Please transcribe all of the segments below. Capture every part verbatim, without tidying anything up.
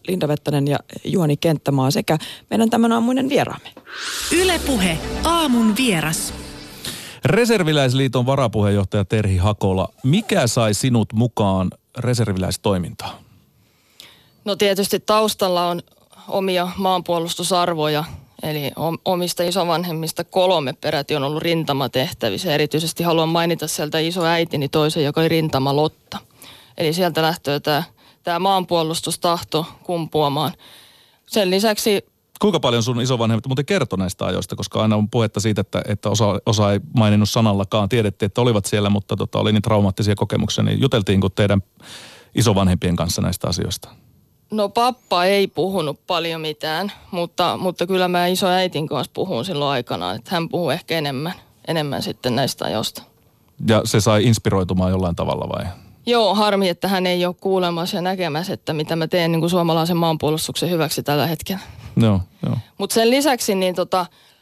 Linda Vettanen ja Juhani Kenttämaa sekä meidän tämän aamuinen vieraamme. Yle Puhe, aamun vieras. Reserviläisliiton varapuheenjohtaja Terhi Hakola, mikä sai sinut mukaan reserviläistoimintaan? No tietysti taustalla on omia maanpuolustusarvoja, eli omista isovanhemmista kolme peräti on ollut rintamatehtävissä. Erityisesti haluan mainita sieltä isoäitini toisen, joka oli rintamalotta. Eli sieltä lähtee tämä, tämä maanpuolustustahto kumpuamaan. Sen lisäksi... Kuinka paljon sun isovanhemmat muuten kertoi näistä ajoista, koska aina on puhetta siitä, että, että osa, osa ei maininnut sanallakaan. Tiedettiin, että olivat siellä, mutta tota, oli niin traumaattisia kokemuksia. Niin juteltiinko teidän isovanhempien kanssa näistä asioista? No pappa ei puhunut paljon mitään, mutta, mutta kyllä mä isoäitin kanssa puhun silloin aikanaan. Että hän puhuu ehkä enemmän, enemmän sitten näistä ajoista. Ja se sai inspiroitumaan jollain tavalla vai? Joo, harmi, että hän ei ole kuulemassa ja näkemässä, että mitä mä teen niin kuin suomalaisen maanpuolustuksen hyväksi tällä hetkellä. Joo, joo. Mutta sen lisäksi niin tota,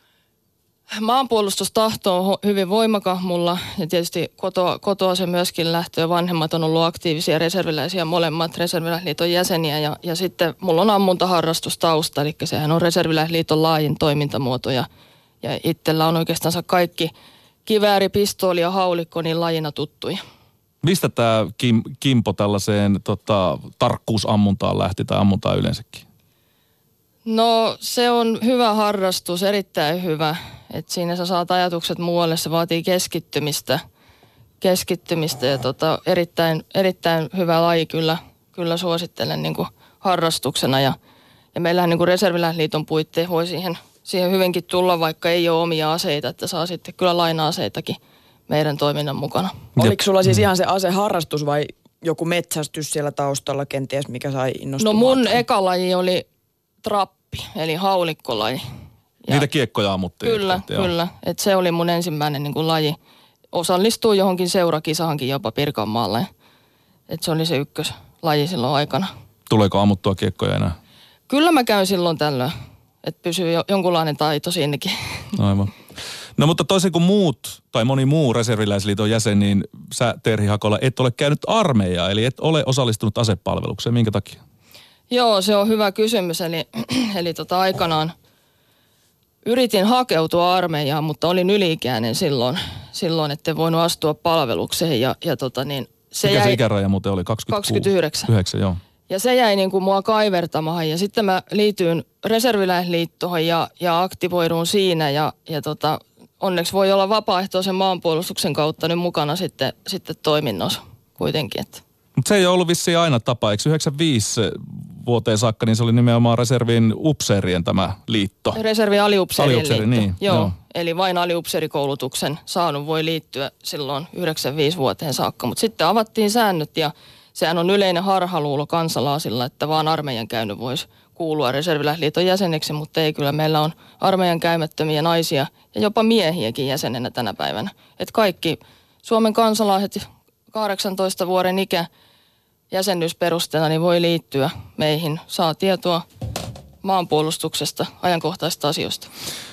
maanpuolustustahto on hyvin voimakas mulla ja tietysti kotoa, kotoa se myöskin lähtee. Vanhemmat on ollut aktiivisia reserviläisiä, molemmat Reserviläisliiton jäseniä ja, ja sitten mulla on ammuntaharrastustausta, eli sehän on Reserviläisliiton laajin toimintamuoto ja, ja itsellä on oikeastaan kaikki kivääri, pistooli ja haulikko niin lajina tuttuja. Mistä tämä kim, kimpo tällaiseen tota, tarkkuusammuntaan lähti tai ammuntaan yleensäkin? No se on hyvä harrastus, erittäin hyvä. Että siinä sä saat ajatukset muualle, se vaatii keskittymistä, keskittymistä ja tota, erittäin, erittäin hyvä laji kyllä, kyllä suosittelen niin kuin harrastuksena. Ja, ja meillähän niin kuin Reserviläisliiton puitteen voi siihen, siihen hyvinkin tulla, vaikka ei ole omia aseita, että saa sitten kyllä laina-aseitakin meidän toiminnan mukana. Oliko sulla siis ihan se aseharrastus vai joku metsästys siellä taustalla kenties, mikä sai innostumaan? No mun eka laji oli trappi, eli haulikkolaji. Ja niitä kiekkoja ammuttiin. Kyllä, että, kyllä. Että se oli mun ensimmäinen niin kuin laji. Osallistuu johonkin seurakisahankin jopa Pirkanmaalle. Että se oli se ykköslaji silloin aikana. Tuleeko ammuttua kiekkoja enää? Kyllä mä käyn silloin tällöin. Että pysyy jo, jonkunlainen taito siinäkin. Aivan. No mutta toisin kuin muut tai moni muu Reserviläisliiton jäsen, niin sä Terhi Hakola et ole käynyt armeijaa, eli et ole osallistunut asepalvelukseen. Minkä takia? Joo, se on hyvä kysymys. Eli, eli tota aikanaan yritin hakeutua armeijaan, mutta olin yli-ikäinen silloin, silloin ettei voinut astua palvelukseen. Ja, ja tota niin, se Mikä jäi, se ikäraja muuten oli? kaksikymmentäyhdeksän. Yhdeksän, joo. Ja se jäi niin kuin mua kaivertamaan ja sitten mä liityin Reserviläisliittoon ja, ja aktivoiduin siinä ja, ja tota, onneksi voi olla vapaaehtoisen maanpuolustuksen kautta nyt mukana sitten, sitten toiminnossa kuitenkin. Mutta se ei ole ollut vissiin aina tapa, eikö yhdeksänkymmentäviisi vuoteen saakka, niin se oli nimenomaan reservin upseerien tämä liitto. Reservin aliupseerien Aliupseeri, liitto. niin. Joo, Joo. eli vain aliupseerikoulutuksen saanut voi liittyä silloin yhdeksänkymmentäviisi vuoteen saakka. Mutta sitten avattiin säännöt ja sehän on yleinen harhaluulo kansalaisilla, että vaan armeijan käynyt voisi kuulua Reserviläisliiton jäseneksi, mutta ei, kyllä meillä on armeijan käymättömiä naisia ja jopa miehiäkin jäsenenä tänä päivänä. Että kaikki Suomen kansalaiset kahdeksantoista vuoden ikä jäsenyysperusteena niin voi liittyä meihin, saa tietoa maanpuolustuksesta, ajankohtaisista asioista.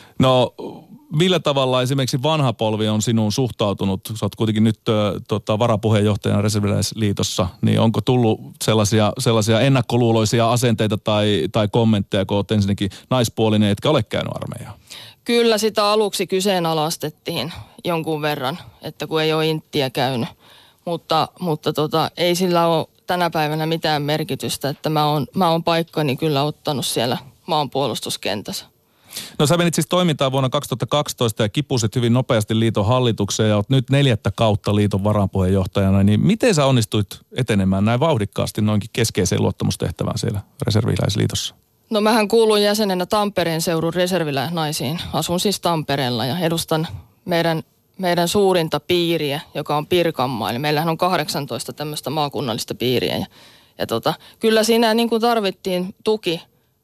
No millä tavalla esimerkiksi vanha polvi on sinuun suhtautunut? Sä oot kuitenkin nyt ö, tota, varapuheenjohtajana Reserviläisliitossa, niin onko tullut sellaisia, sellaisia ennakkoluuloisia asenteita tai, tai kommentteja, kun oot ensinnäkin naispuolinen, etkä ole käynyt armeijaa? Kyllä sitä aluksi kyseenalaistettiin jonkun verran, että kun ei ole inttiä käynyt, mutta, mutta tota, ei sillä ole tänä päivänä mitään merkitystä, että mä oon, mä oon paikkani kyllä ottanut siellä maanpuolustuskentässä. No sä menit siis toimintaan vuonna kaksituhattakaksitoista ja kipusit hyvin nopeasti liiton hallitukseen ja oot nyt neljättä kautta liiton varapuheenjohtajana, niin miten sä onnistuit etenemään näin vauhdikkaasti noinkin keskeiseen luottamustehtävään siellä Reserviläisliitossa? No mähän kuulun jäsenenä Tampereen seudun reserviläisnaisiin. Asun siis Tampereella ja edustan meidän, meidän suurinta piiriä, joka on Pirkanmaa. Eli meillähän on kahdeksantoista tämmöistä maakunnallista piiriä ja, ja tota, kyllä siinä niin kuin tarvittiin tuki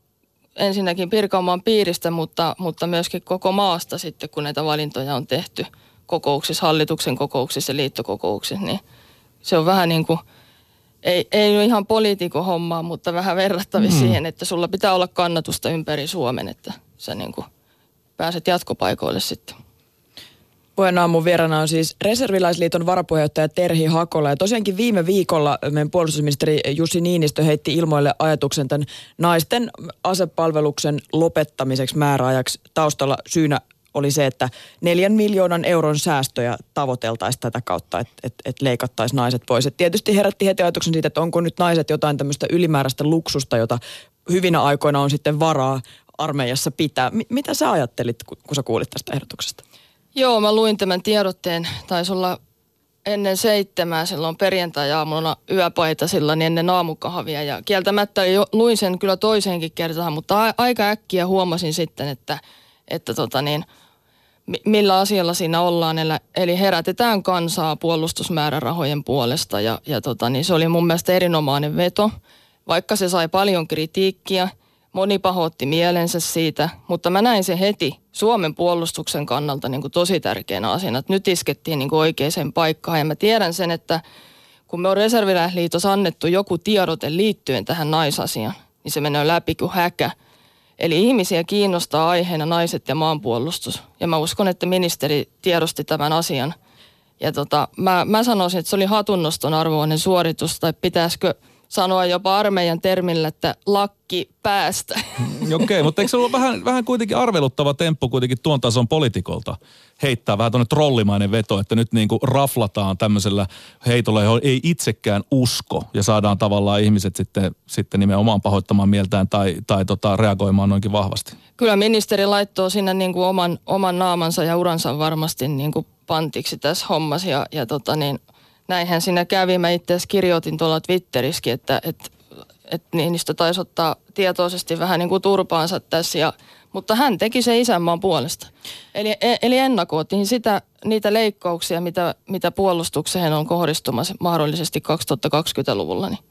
ensinnäkin Pirkanmaan piiristä, mutta, mutta myöskin koko maasta sitten, kun näitä valintoja on tehty kokouksissa, hallituksen kokouksissa ja liittokokouksissa, niin se on vähän niin kuin, ei, ei ole ihan poliitikon hommaa, mutta vähän verrattavissa mm. siihen, että sulla pitää olla kannatusta ympäri Suomen, että sä niin kuin pääset jatkopaikoille sitten. Puheen aamun vieraana on siis Reserviläisliiton varapuheenjohtaja Terhi Hakola. Ja tosiaankin viime viikolla meidän puolustusministeri Jussi Niinistö heitti ilmoille ajatuksen tämän naisten asepalveluksen lopettamiseksi määräajaksi. Taustalla syynä oli se, että neljän miljoonan euron säästöjä tavoiteltaisiin tätä kautta, että et, et leikattaisiin naiset pois. Et tietysti herätti heti ajatuksen siitä, että onko nyt naiset jotain tämmöistä ylimääräistä luksusta, jota hyvinä aikoina on sitten varaa armeijassa pitää. M- mitä sä ajattelit, kun, kun sä kuulit tästä ehdotuksesta? Joo, mä luin tämän tiedotteen, taisi olla ennen seitsemää silloin perjantai-aamuna yöpaitasilla, niin ennen aamukahvia. Ja kieltämättä jo, luin sen kyllä toiseenkin kertaan, mutta a- aika äkkiä huomasin sitten, että, että tota niin, millä asialla siinä ollaan. Eli herätetään kansaa puolustusmäärärahojen puolesta ja, ja tota niin, se oli mun mielestä erinomainen veto, vaikka se sai paljon kritiikkiä. Moni pahoitti mielensä siitä, mutta mä näin se heti Suomen puolustuksen kannalta niin kuin tosi tärkeänä asiana, että nyt iskettiin niin kuin oikeaan paikkaan. Ja mä tiedän sen, että kun me on Reserviläisliitossa annettu joku tiedote liittyen tähän naisasiaan, niin se menee läpi kuin häkä. Eli ihmisiä kiinnostaa aiheena naiset ja maanpuolustus. Ja mä uskon, että ministeri tiedosti tämän asian. Ja tota, mä, mä sanoisin, että se oli hatunnoston arvoinen suoritus, tai pitäisikö sanoa jopa armeijan termillä, että lakki päästä. Okei, okay, mutta eikö se ollut vähän, vähän kuitenkin arveluttava temppu kuitenkin tuon tason poliitikolta heittää vähän tuonne trollimainen veto, että nyt niin kuin raflataan tämmöisellä heitolla, johon ei itsekään usko ja saadaan tavallaan ihmiset sitten, sitten nimenomaan pahoittamaan mieltään tai, tai tota, reagoimaan noinkin vahvasti. Kyllä ministeri laittoi sinne niin kuin oman, oman naamansa ja uransa varmasti niin kuin pantiksi tässä hommassa ja, ja tota niin, näinhän siinä kävi. Mä itse asiassa kirjoitin tuolla Twitterissäkin, että, että, että Niinistö taisi ottaa tietoisesti vähän niin kuin turpaansa tässä, ja, mutta hän teki se isänmaan puolesta. Eli, eli ennakoitiin sitä, niitä leikkauksia, mitä, mitä puolustukseen on kohdistumassa mahdollisesti kaksituhattakaksikymmentäluvulla. Niin.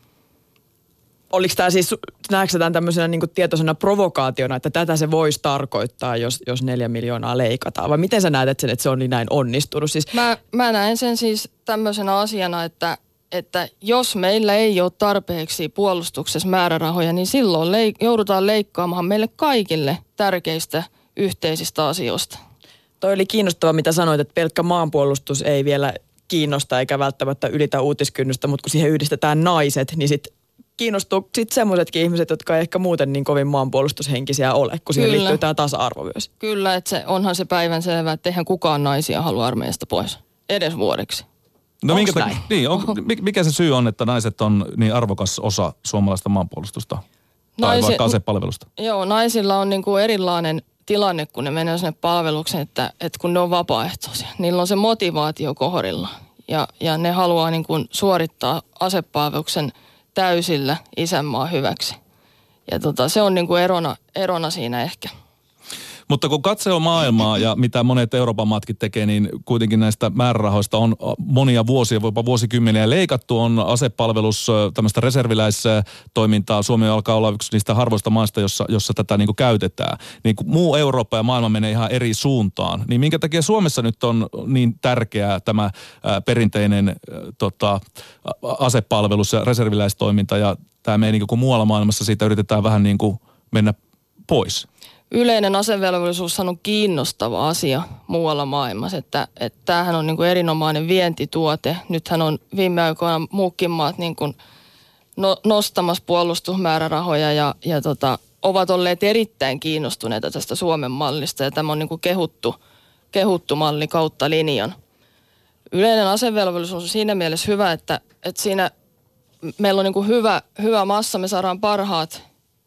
Oliko tämä siis, näetkö tämän tämmöisenä niin kuin tietoisena provokaationa, että tätä se voisi tarkoittaa, jos, jos neljä miljoonaa leikataan? Vai miten sä näet, että, sen, että se on niin näin onnistunut? Siis... Mä, mä näen sen siis tämmöisenä asiana, että, että jos meillä ei ole tarpeeksi puolustuksessa määrärahoja, niin silloin leik- joudutaan leikkaamaan meille kaikille tärkeistä yhteisistä asioista. Toi oli kiinnostava, mitä sanoit, että pelkkä maanpuolustus ei vielä kiinnosta eikä välttämättä ylitä uutiskynnystä, mutta kun siihen yhdistetään naiset, niin sitten kiinnostuu sitten semmoisetkin ihmiset, jotka ei ehkä muuten niin kovin maanpuolustushenkisiä ole, kun siihen liittyy tämä tasa-arvo myös. Kyllä, että se, onhan se päivän selvä, että eihän kukaan naisia halua armeijasta pois, edes vuodeksi. No minkä takia, niin, on, mikä se syy on, että naiset on niin arvokas osa suomalaista maanpuolustusta tai Naisi, vaikka asepalvelusta? Joo, naisilla on niin kuin erilainen tilanne, kun ne menee sinne palvelukseen, että, että kun ne on vapaaehtoisia. Niillä on se motivaatio kohdilla ja, ja ne haluaa niin kuin suorittaa asepalveluksen täysillä isänmaan hyväksi. Ja tota, se on niin kuin erona, erona siinä ehkä. Mutta kun katsoo maailmaa ja mitä monet Euroopan maatkin tekee, niin kuitenkin näistä määrärahoista on monia vuosia, jopa vuosikymmeniä leikattu. On asepalvelus, tämmöistä reserviläistoimintaa. Suomi alkaa olla yksi niistä harvoista maista, jossa, jossa tätä niin kuin käytetään. Niin kuin muu Eurooppa ja maailma menee ihan eri suuntaan. Niin minkä takia Suomessa nyt on niin tärkeää tämä ää, perinteinen ää, tota, asepalvelus ja reserviläistoiminta ja tämä meininki, kun muualla maailmassa siitä yritetään vähän niin kuin mennä pois? Yleinen asevelvollisuus on kiinnostava asia muualla maailmassa, että, että tämähän on niin kuin erinomainen vientituote. Nythän on viime aikoina muukin maat niin kuin no, nostamassa puolustusmäärärahoja ja, ja tota, ovat olleet erittäin kiinnostuneita tästä Suomen mallista ja tämä on niin kuin kehuttu, kehuttu malli kautta linjan. Yleinen asevelvollisuus on siinä mielessä hyvä, että, että siinä meillä on niin kuin hyvä, hyvä massa, me saadaan parhaat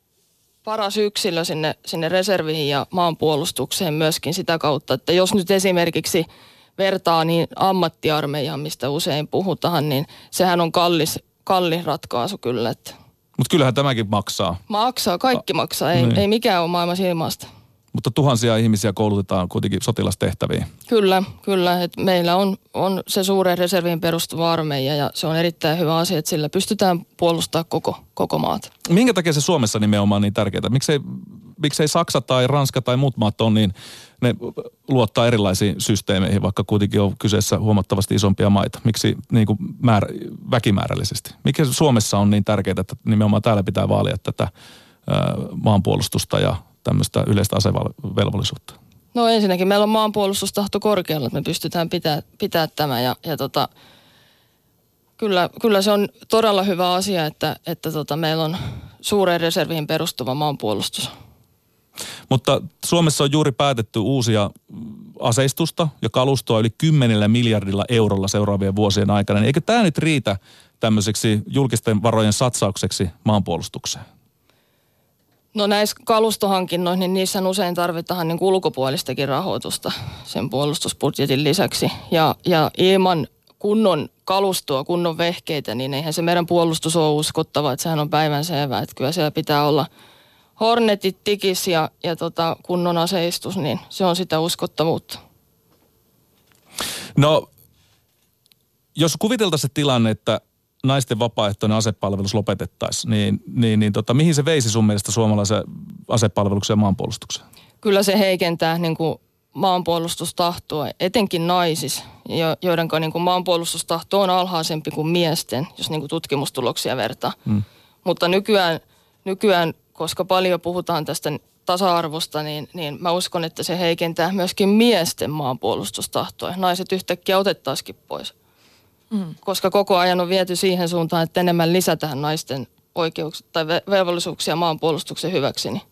paras yksilö sinne, sinne reserviin ja maanpuolustukseen myöskin sitä kautta, että jos nyt esimerkiksi vertaa niin ammattiarmeijaan, mistä usein puhutaan, niin sehän on kallis, kallis ratkaisu kyllä. Mutta kyllähän tämäkin maksaa. Maksaa, kaikki maksaa, ei, niin. ei mikään ole maailmassa ilmaista. Mutta tuhansia ihmisiä koulutetaan kuitenkin sotilastehtäviin. Kyllä, kyllä. Et meillä on, on se suuren reserviin perustuva armeija ja se on erittäin hyvä asia, että sillä pystytään puolustamaan koko, koko maata. Minkä takia se Suomessa nimenomaan niin tärkeää? Miksei, miksei Saksa tai Ranska tai muut maat on niin, ne luottaa erilaisiin systeemeihin, vaikka kuitenkin on kyseessä huomattavasti isompia maita. Miksi niin kuin määrä, väkimäärällisesti? Mikä Suomessa on niin tärkeää, että nimenomaan täällä pitää vaalia tätä ää, maanpuolustusta ja tämmöistä yleistä asevelvollisuutta? No ensinnäkin meillä on maanpuolustustahto korkealla, että me pystytään pitää, pitää tämä ja, ja tota, kyllä, kyllä se on todella hyvä asia, että, että tota, meillä on suureen reserviin perustuva maanpuolustus. Mutta Suomessa on juuri päätetty uusia aseistusta ja kalustoa yli kymmenellä miljardilla eurolla seuraavien vuosien aikana. Niin eikö tämä nyt riitä tämmöiseksi julkisten varojen satsaukseksi maanpuolustukseen? No näissä kalustohankinnoissa, niin niissä usein tarvitaan niin ulkopuolistakin rahoitusta sen puolustusbudjetin lisäksi. Ja, ja ilman kunnon kalustoa, kunnon vehkeitä, niin eihän se meidän puolustus ole uskottava, että sehän on päivänselvää. Että kyllä siellä pitää olla hornetit tikis ja, ja tota kunnon aseistus, niin se on sitä uskottavuutta. No, jos kuviteltaisiin se tilanne, että naisten vapaaehtoinen asepalvelus lopetettaisiin, niin, niin, niin tota, mihin se veisi sun mielestä suomalaisen asepalveluksen ja maanpuolustuksen? Kyllä se heikentää niin kuin maanpuolustustahtoa, etenkin naisissa, joiden niin kuin maanpuolustustahto on alhaisempi kuin miesten, jos niin kuin tutkimustuloksia vertaa. Hmm. Mutta nykyään, nykyään, koska paljon puhutaan tästä tasa-arvosta, niin, niin mä uskon, että se heikentää myöskin miesten maanpuolustustahtoa. Naiset yhtäkkiä otettaisikin pois. Mm. Koska koko ajan on viety siihen suuntaan, että enemmän lisätään naisten oikeuksia tai velvollisuuksia maanpuolustuksen hyväksi. Niin.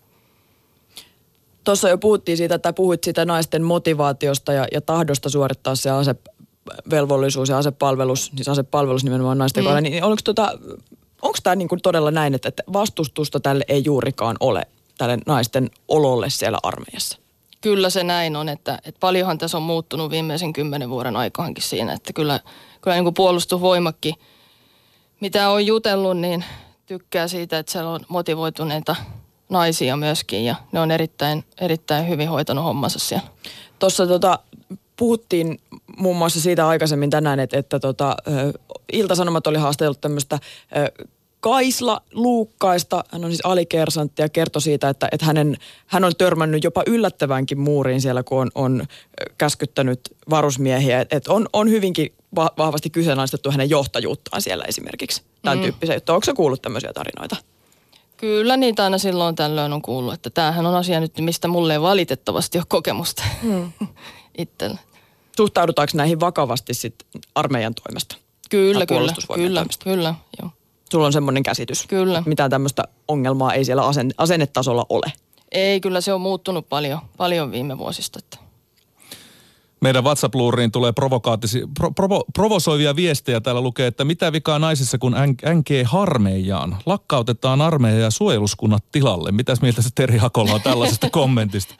Tuossa jo puhuttiin siitä, tai puhuit siitä naisten motivaatiosta ja, ja tahdosta suorittaa se asevelvollisuus ja asepalvelus, siis asepalvelus nimenomaan naisten mm. kohdalla. Niin onko tota, tämä niinku todella näin, että, että vastustusta tälle ei juurikaan ole, tälle naisten ololle siellä armeijassa? Kyllä se näin on, että, että paljonhan tässä on muuttunut viimeisen kymmenen vuoden aikaankin siinä, että kyllä, kyllä niin kuin puolustusvoimakin, mitä on jutellut, niin tykkää siitä, että siellä on motivoituneita naisia myöskin ja ne on erittäin, erittäin hyvin hoitanut hommansa siellä. Tuossa tota, puhuttiin muun muassa siitä aikaisemmin tänään, että, että tota, Ilta-Sanomat oli haastatellut tämmöistä Kaisla Luukkaista, hän on siis alikersantti ja kertoi siitä, että, että hänen, hän on törmännyt jopa yllättävänkin muuriin siellä, kun on, on käskyttänyt varusmiehiä. Että et on, on hyvinkin va- vahvasti kyseenalaistettu hänen johtajuuttaan siellä esimerkiksi. Tämän mm. tyyppisiä juttuja. Onko se kuullut tämmöisiä tarinoita? Kyllä niitä aina silloin tällöin on kuullut, että tämähän on asia nyt, mistä mulle ei valitettavasti ole kokemusta mm. itsellä. Suhtaudutaanko näihin vakavasti sitten armeijan toimesta? Kyllä, kyllä, kyllä, toimesta? kyllä, joo. Sulla on semmoinen käsitys. Kyllä. Että mitään tämmöistä ongelmaa ei siellä asen, asennetasolla ole. Ei, kyllä se on muuttunut paljon, paljon viime vuosista. Meidän WhatsApp-luuriin tulee provokaattisi, pro, provo, provosoivia viestejä. Täällä lukee, että mitä vikaa naisissa, kun änkee harmeijaan. Lakkautetaan armeija ja suojeluskunnat tilalle. Mitäs mieltä se Terhi Hakola on tällaisesta kommentista?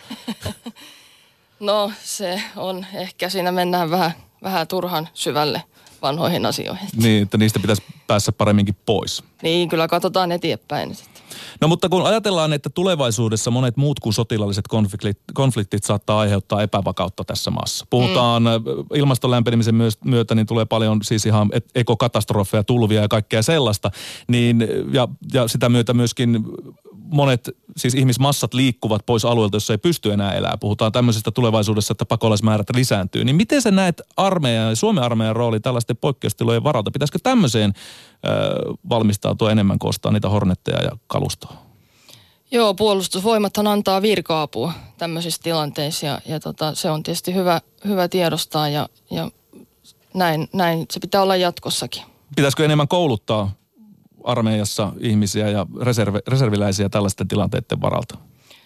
No se on, ehkä siinä mennään vähän, vähän turhan syvälle vanhoihin asioihin. Niin, että niistä pitäisi päässä paremminkin pois. Niin, kyllä katsotaan eteenpäin. No mutta kun ajatellaan, että tulevaisuudessa monet muut kuin sotilaalliset konfliktit, konfliktit saattaa aiheuttaa epävakautta tässä maassa. Puhutaan mm. ilmaston lämpenemisen myötä, niin tulee paljon siis ihan ekokatastrofeja, tulvia ja kaikkea sellaista. Niin, ja, ja sitä myötä myöskin monet siis ihmismassat liikkuvat pois alueelta, jossa ei pysty enää elämään. Puhutaan tämmöisestä tulevaisuudessa, että pakolaismäärät lisääntyy. Niin miten sä näet armeijan ja Suomen armeijan rooli tällaisten poikkeustilojen varalta? Pitäisikö tämmöiseen ö, valmistautua enemmän, kun ostaa niitä hornetteja ja kalustoa? Joo, puolustusvoimathan antaa virka-apua tämmöisissä tilanteissa ja, ja tota, se on tietysti hyvä, hyvä tiedostaa ja, ja näin, näin se pitää olla jatkossakin. Pitäisikö enemmän kouluttaa armeijassa ihmisiä ja reserve, reserviläisiä tällaisten tilanteiden varalta?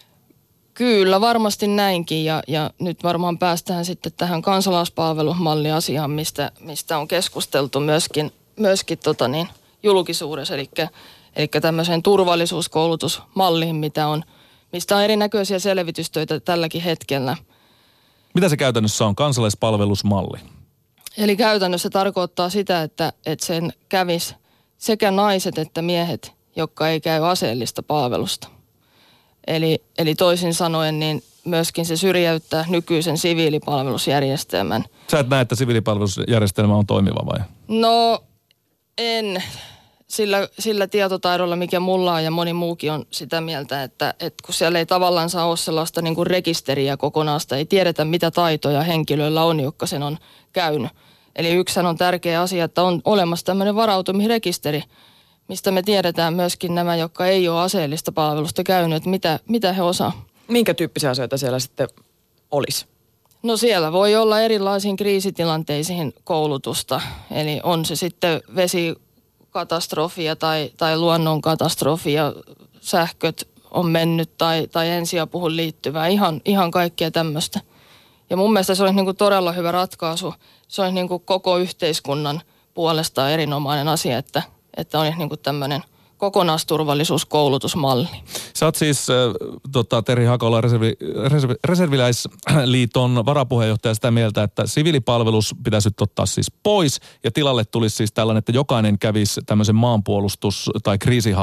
Kyllä, varmasti näinkin ja, ja nyt varmaan päästään sitten tähän kansalaispalvelumalliasiaan, mistä, mistä on keskusteltu myöskin, myöskin tota niin, julkisuudessa, eli, eli tämmöiseen turvallisuuskoulutusmalliin, mitä on, mistä on erinäköisiä selvitystöitä tälläkin hetkellä. Mitä se käytännössä on, kansalaispalvelusmalli? Eli käytännössä tarkoittaa sitä, että, että sen kävisi sekä naiset että miehet, jotka ei käy aseellista palvelusta. Eli, eli toisin sanoen, niin myöskin se syrjäyttää nykyisen siviilipalvelusjärjestelmän. Sä et näe, että siviilipalvelusjärjestelmä on toimiva vai? No en. Sillä, sillä tietotaidolla, mikä mulla on ja moni muukin on sitä mieltä, että, että kun siellä ei tavallaan saa ole sellaista niin kuin rekisteriä kokonaista, ei tiedetä mitä taitoja henkilöillä on, jotka sen on käynyt. Eli yksihän on tärkeä asia, että on olemassa tämmöinen varautumisrekisteri, mistä me tiedetään myöskin nämä, jotka ei ole aseellista palvelusta käynyt, että mitä, mitä he osaa. Minkä tyyppisiä asioita siellä sitten olisi? No siellä voi olla erilaisiin kriisitilanteisiin koulutusta. Eli on se sitten vesikatastrofia tai, tai luonnonkatastrofia, sähköt on mennyt tai, tai ensiapuhun liittyvää, ihan, ihan kaikkea tämmöistä. Ja mun mielestä se olisi niin kuin todella hyvä ratkaisu. Se olisi niin kuin koko yhteiskunnan puolesta erinomainen asia, että, että olisi niin kuin tämmöinen kokonaisturvallisuuskoulutusmalli. Sä oot siis äh, tota, Terhi Hakola, reservi, reservi, Reserviläisliiton varapuheenjohtaja, sitä mieltä, että siviilipalvelus pitäisi nyt ottaa siis pois ja tilalle tulisi siis tällainen, että jokainen kävisi tämmöisen maanpuolustus- tai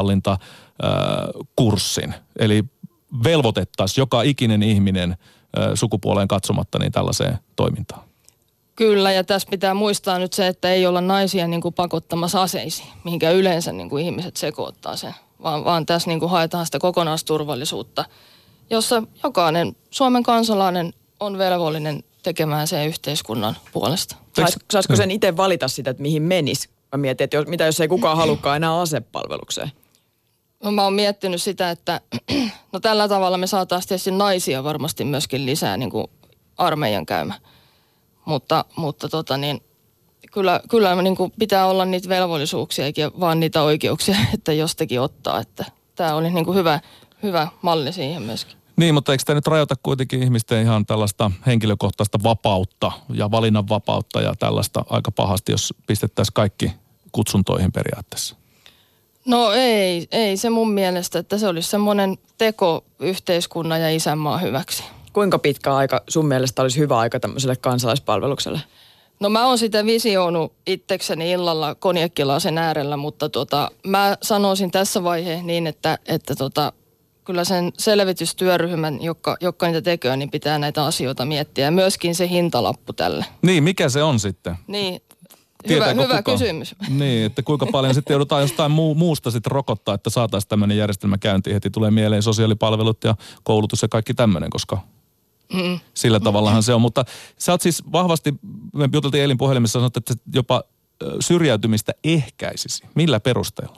kriisinhallintakurssin. Eli velvoitettaisiin joka ikinen ihminen äh, sukupuoleen katsomatta niin tällaiseen toimintaan. Kyllä, ja tässä pitää muistaa nyt se, että ei olla naisia niin kuin pakottamassa aseisiin, mihinkä yleensä niin kuin ihmiset sekoittaa sen, vaan, vaan tässä niin kuin haetaan sitä kokonaisturvallisuutta, jossa jokainen Suomen kansalainen on velvollinen tekemään sen yhteiskunnan puolesta. Sais, saisiko sen itse valita sitä, että mihin menisi? Mä mietin, että jos, mitä jos ei kukaan halukkaan enää asepalvelukseen? No, mä oon miettinyt sitä, että no tällä tavalla me saataisiin tietysti naisia varmasti myöskin lisää niin kuin armeijan käymään. Mutta, mutta tota niin, kyllä, kyllä niin kuin pitää olla niitä velvollisuuksia eikä vaan niitä oikeuksia, että jostakin ottaa. Että tämä oli niin kuin hyvä, hyvä malli siihen myöskin. Niin, mutta eikö tämä nyt rajoita kuitenkin ihmisten ihan tällaista henkilökohtaista vapautta ja valinnanvapautta ja tällaista aika pahasti, jos pistettäisiin kaikki kutsuntoihin periaatteessa? No ei, ei se mun mielestä, että se olisi semmoinen teko yhteiskunnan ja isänmaan hyväksi. Kuinka pitkä aika sun mielestä olisi hyvä aika tämmöiselle kansalaispalvelukselle? No mä oon sitä visioinut itsekseni illalla konjakkilasen äärellä, mutta tota, mä sanoisin tässä vaiheessa niin, että, että tota, kyllä sen selvitystyöryhmän, joka, joka niitä tekee, niin pitää näitä asioita miettiä. Ja myöskin se hintalappu tälle. Niin, mikä se on sitten? Niin, hyvä, hyvä kysymys. Niin, että kuinka paljon sitten joudutaan jostain muu, muusta sitten rokottaa, että saataisiin tämmöinen järjestelmä käyntiin. Heti tulee mieleen sosiaalipalvelut ja koulutus ja kaikki tämmöinen, koska Mm. sillä tavallahan se on. Mutta sä oot siis vahvasti, me juteltiin eilen puhelimessa, sanot, että jopa syrjäytymistä ehkäisisi. Millä perusteella?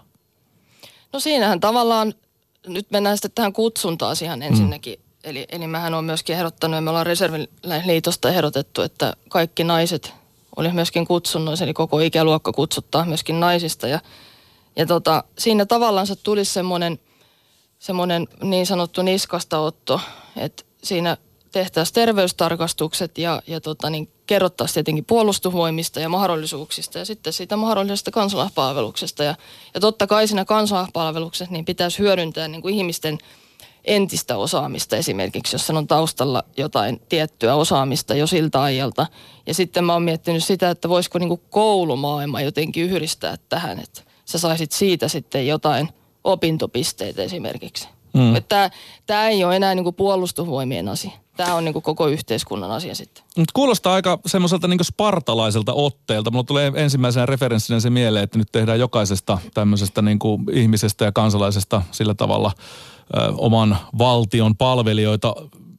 No siinähän tavallaan, nyt mennään sitten tähän kutsunta-asiaan ensinnäkin. Mm. Eli, eli mähän on myöskin ehdottanut, ja me ollaan Reserviläisliitosta ehdotettu, että kaikki naiset olisi myöskin kutsunnoissa, eli koko ikäluokka kutsuttaa myöskin naisista. Ja, ja tota, siinä tavallaan se tulisi semmoinen, semmoinen niin sanottu niskastaotto, että siinä tehtäisiin terveystarkastukset ja, ja tota, niin kerrottaisiin tietenkin puolustusvoimista ja mahdollisuuksista ja sitten siitä mahdollisesta kansalaispalveluksesta. Ja, ja totta kai siinä kansalaispalveluksessa niin pitäisi hyödyntää niin kuin ihmisten entistä osaamista esimerkiksi, jos on taustalla jotain tiettyä osaamista jo siltä ajalta. Ja sitten mä oon miettinyt sitä, että voisiko niin kuin koulumaailma jotenkin yhdistää tähän, että sä saisit siitä sitten jotain opintopisteitä esimerkiksi. Mm. Tämä ei ole enää niin kuin puolustusvoimien asia. Tämä on niin kuin koko yhteiskunnan asia sitten. Nyt kuulostaa aika semmoiselta niin kuin spartalaiselta otteelta. Mulla tulee ensimmäisenä referenssinä se mieleen, että nyt tehdään jokaisesta tämmöisestä niin kuin ihmisestä ja kansalaisesta sillä tavalla ö, oman valtion palvelijoita.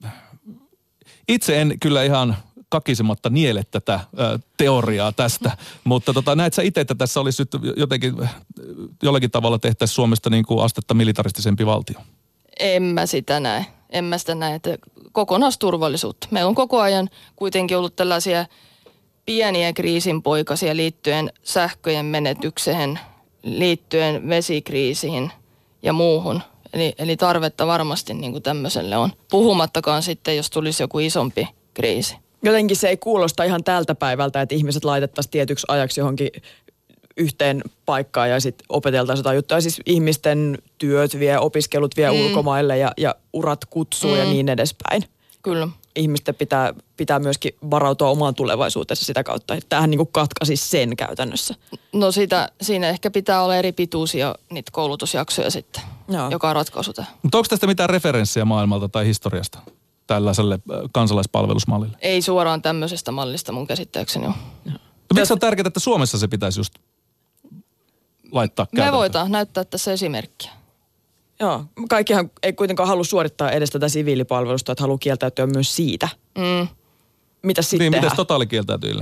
Itse en kyllä ihan kakisematta niele tätä ö, teoriaa tästä, mutta tota, näet sä itse, että tässä olisi nyt jotenkin jollakin tavalla tehtäisiin Suomesta niin kuin astetta militaristisempi valtio? En mä sitä näe. En mä sitä näe, että kokonaisturvallisuutta. Meillä on koko ajan kuitenkin ollut tällaisia pieniä kriisinpoikasia liittyen sähköjen menetykseen, liittyen vesikriisiin ja muuhun. Eli, eli tarvetta varmasti niin kuin tämmöiselle on. Puhumattakaan sitten, jos tulisi joku isompi kriisi. Jotenkin se ei kuulosta ihan tältä päivältä, että ihmiset laitettaisiin tietyksi ajaksi johonkin yhteen paikkaan ja sitten opeteltaisiin jotain juttuja. Siis ihmisten työt vie, opiskelut vie mm. ulkomaille ja, ja urat kutsuu mm. ja niin edespäin. Kyllä. Ihmisten pitää, pitää myöskin varautua omaan tulevaisuutensa sitä kautta. Tämähän niin kuin katkaisi sen käytännössä. No sitä, siinä ehkä pitää olla eri pituisia niitä koulutusjaksoja sitten, Joo. joka on ratkaisu tähän. Mutta onko tästä mitään referenssiä maailmalta tai historiasta tällaiselle kansalaispalvelusmallille? Ei suoraan tämmöisestä mallista mun käsittääkseni ole. No, miksi on tärkeää, että Suomessa se pitäisi just laittaa käytäntöön? Me voidaan näyttää tässä esimerkkiä. Joo, kaikkihan ei kuitenkaan halua suorittaa edes tätä siviilipalvelusta, että haluaa kieltäytyä myös siitä. Mm. Mitä sitten niin, tehdään? mitäs totaalikieltäytyjille?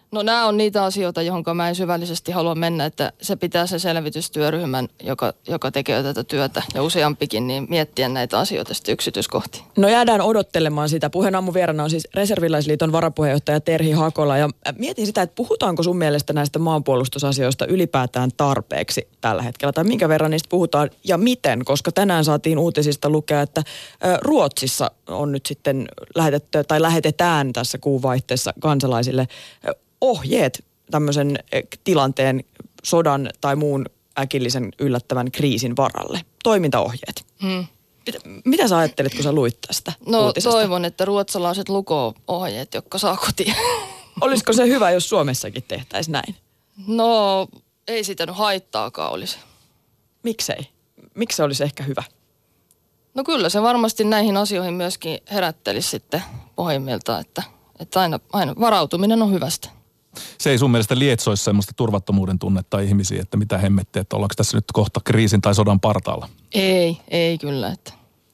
No nämä on niitä asioita, johon mä en syvällisesti halua mennä, että se pitää se selvitystyöryhmän, joka, joka tekee tätä työtä ja useampikin, niin miettiä näitä asioita sitten yksityiskohtiin. No jäädään odottelemaan sitä. Puheen aamun vieraana on siis Reserviläisliiton varapuheenjohtaja Terhi Hakola ja mietin sitä, että puhutaanko sun mielestä näistä maanpuolustusasioista ylipäätään tarpeeksi tällä hetkellä tai minkä verran niistä puhutaan ja miten, koska tänään saatiin uutisista lukea, että Ruotsissa on nyt sitten lähetetty tai lähetetään tässä kuunvaihteessa kansalaisille ohjeet tämmöisen tilanteen, sodan tai muun äkillisen yllättävän kriisin varalle. Toimintaohjeet. Hmm. Mitä, mitä sä ajattelit, kun sä luit tästä No uutisesta? Toivon, että ruotsalaiset lukoo ohjeet, jotka saa kotiin. Olisiko se hyvä, jos Suomessakin tehtäisiin näin? No ei sitä nyt haittaakaan olisi. Miksei? Miksi se olisi ehkä hyvä? No kyllä se varmasti näihin asioihin myöskin herättelisi sitten pohjimmiltaan, että, että aina, aina varautuminen on hyvästä. Se ei sun mielestä lietsoisi semmoista turvattomuuden tunnetta ihmisiä, että mitä hemmettiä, että ollaanko tässä nyt kohta kriisin tai sodan partaalla? Ei, ei kyllä. Että.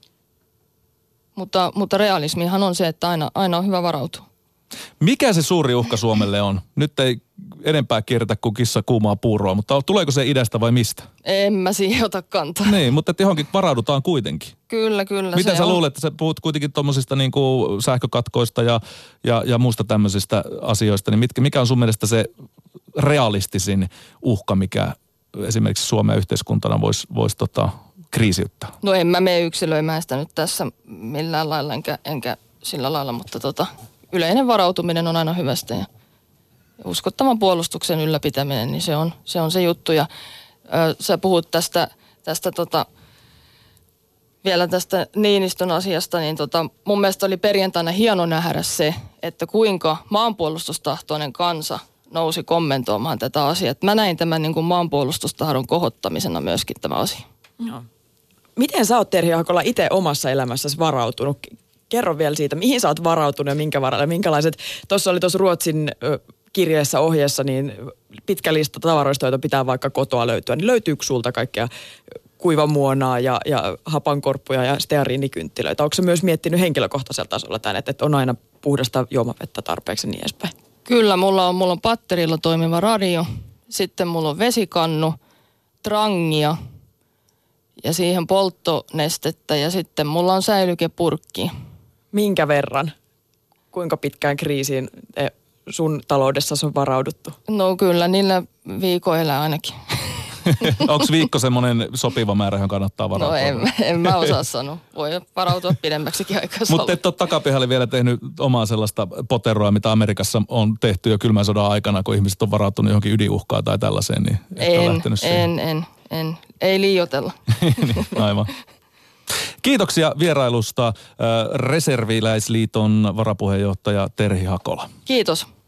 Mutta, mutta realismihan on se, että aina, aina on hyvä varautua. Mikä se suuri uhka Suomelle on? Nyt ei enempää kierretä kuin kissa kuumaa puuroa, mutta tuleeko se idästä vai mistä? En mä siihen ota kantaa. Niin, mutta että johonkin varaudutaan kuitenkin. Kyllä, kyllä. Mitä sä on. luulet, että sä puhut kuitenkin tuommoisista niin kuin sähkökatkoista ja, ja, ja muusta tämmöisistä asioista, niin mitkä, mikä on sun mielestä se realistisin uhka, mikä esimerkiksi Suomen yhteiskuntana voisi vois tota, kriisiyttää? No en mä mene yksilöimään sitä nyt tässä millään lailla, enkä, enkä sillä lailla, mutta tota, yleinen varautuminen on aina hyvästä ja uskottavan puolustuksen ylläpitäminen, niin se on se, on se juttu. Ja ö, sä puhut tästä, tästä tota, vielä tästä Niinistön asiasta, niin tota, mun mielestä oli perjantaina hieno nähdä se, että kuinka maanpuolustustahtoinen kansa nousi kommentoimaan tätä asiaa. Mä näin tämän niin kuin maanpuolustustahdon kohottamisena myöskin tämä asia. No. Miten sä oot, Terhi Hakola, itse omassa elämässäsi varautunut? Kerro vielä siitä, mihin sä oot varautunut ja minkä varalle, minkälaiset, tuossa oli tuossa Ruotsin ö, kirjeessä ohjeessa, niin pitkä lista tavaroista, joita pitää vaikka kotoa löytyä, niin löytyykö sulta kaikkea kuivamuonaa ja, ja hapankorppuja ja steariinikynttilöitä? Onko se myös miettinyt henkilökohtaisella tasolla tämän, että, että on aina puhdasta juomavettä tarpeeksi ja niin edespäin? Kyllä, mulla on, mulla on patterilla toimiva radio, sitten mulla on vesikannu, trangia ja siihen polttonestettä ja sitten mulla on säilykepurkki. Minkä verran? Kuinka pitkään kriisiin sun taloudessa on varauduttu? No kyllä, niillä viikoilla ainakin. Onko viikko semmoinen sopiva määrä, johon kannattaa varautua? No en, en mä osaa sanoa. Voi varautua pidemmäksikin aikaa. Mutta et ole takapihalle vielä tehnyt omaa sellaista poteroa, mitä Amerikassa on tehty jo kylmän sodan aikana, kun ihmiset on varautunut johonkin ydinuhkaan tai tällaiseen, niin en, en, en, en. Ei liioitella. niin, aivan. Kiitoksia vierailusta Reserviläisliiton varapuheenjohtaja Terhi Hakola. Kiitos.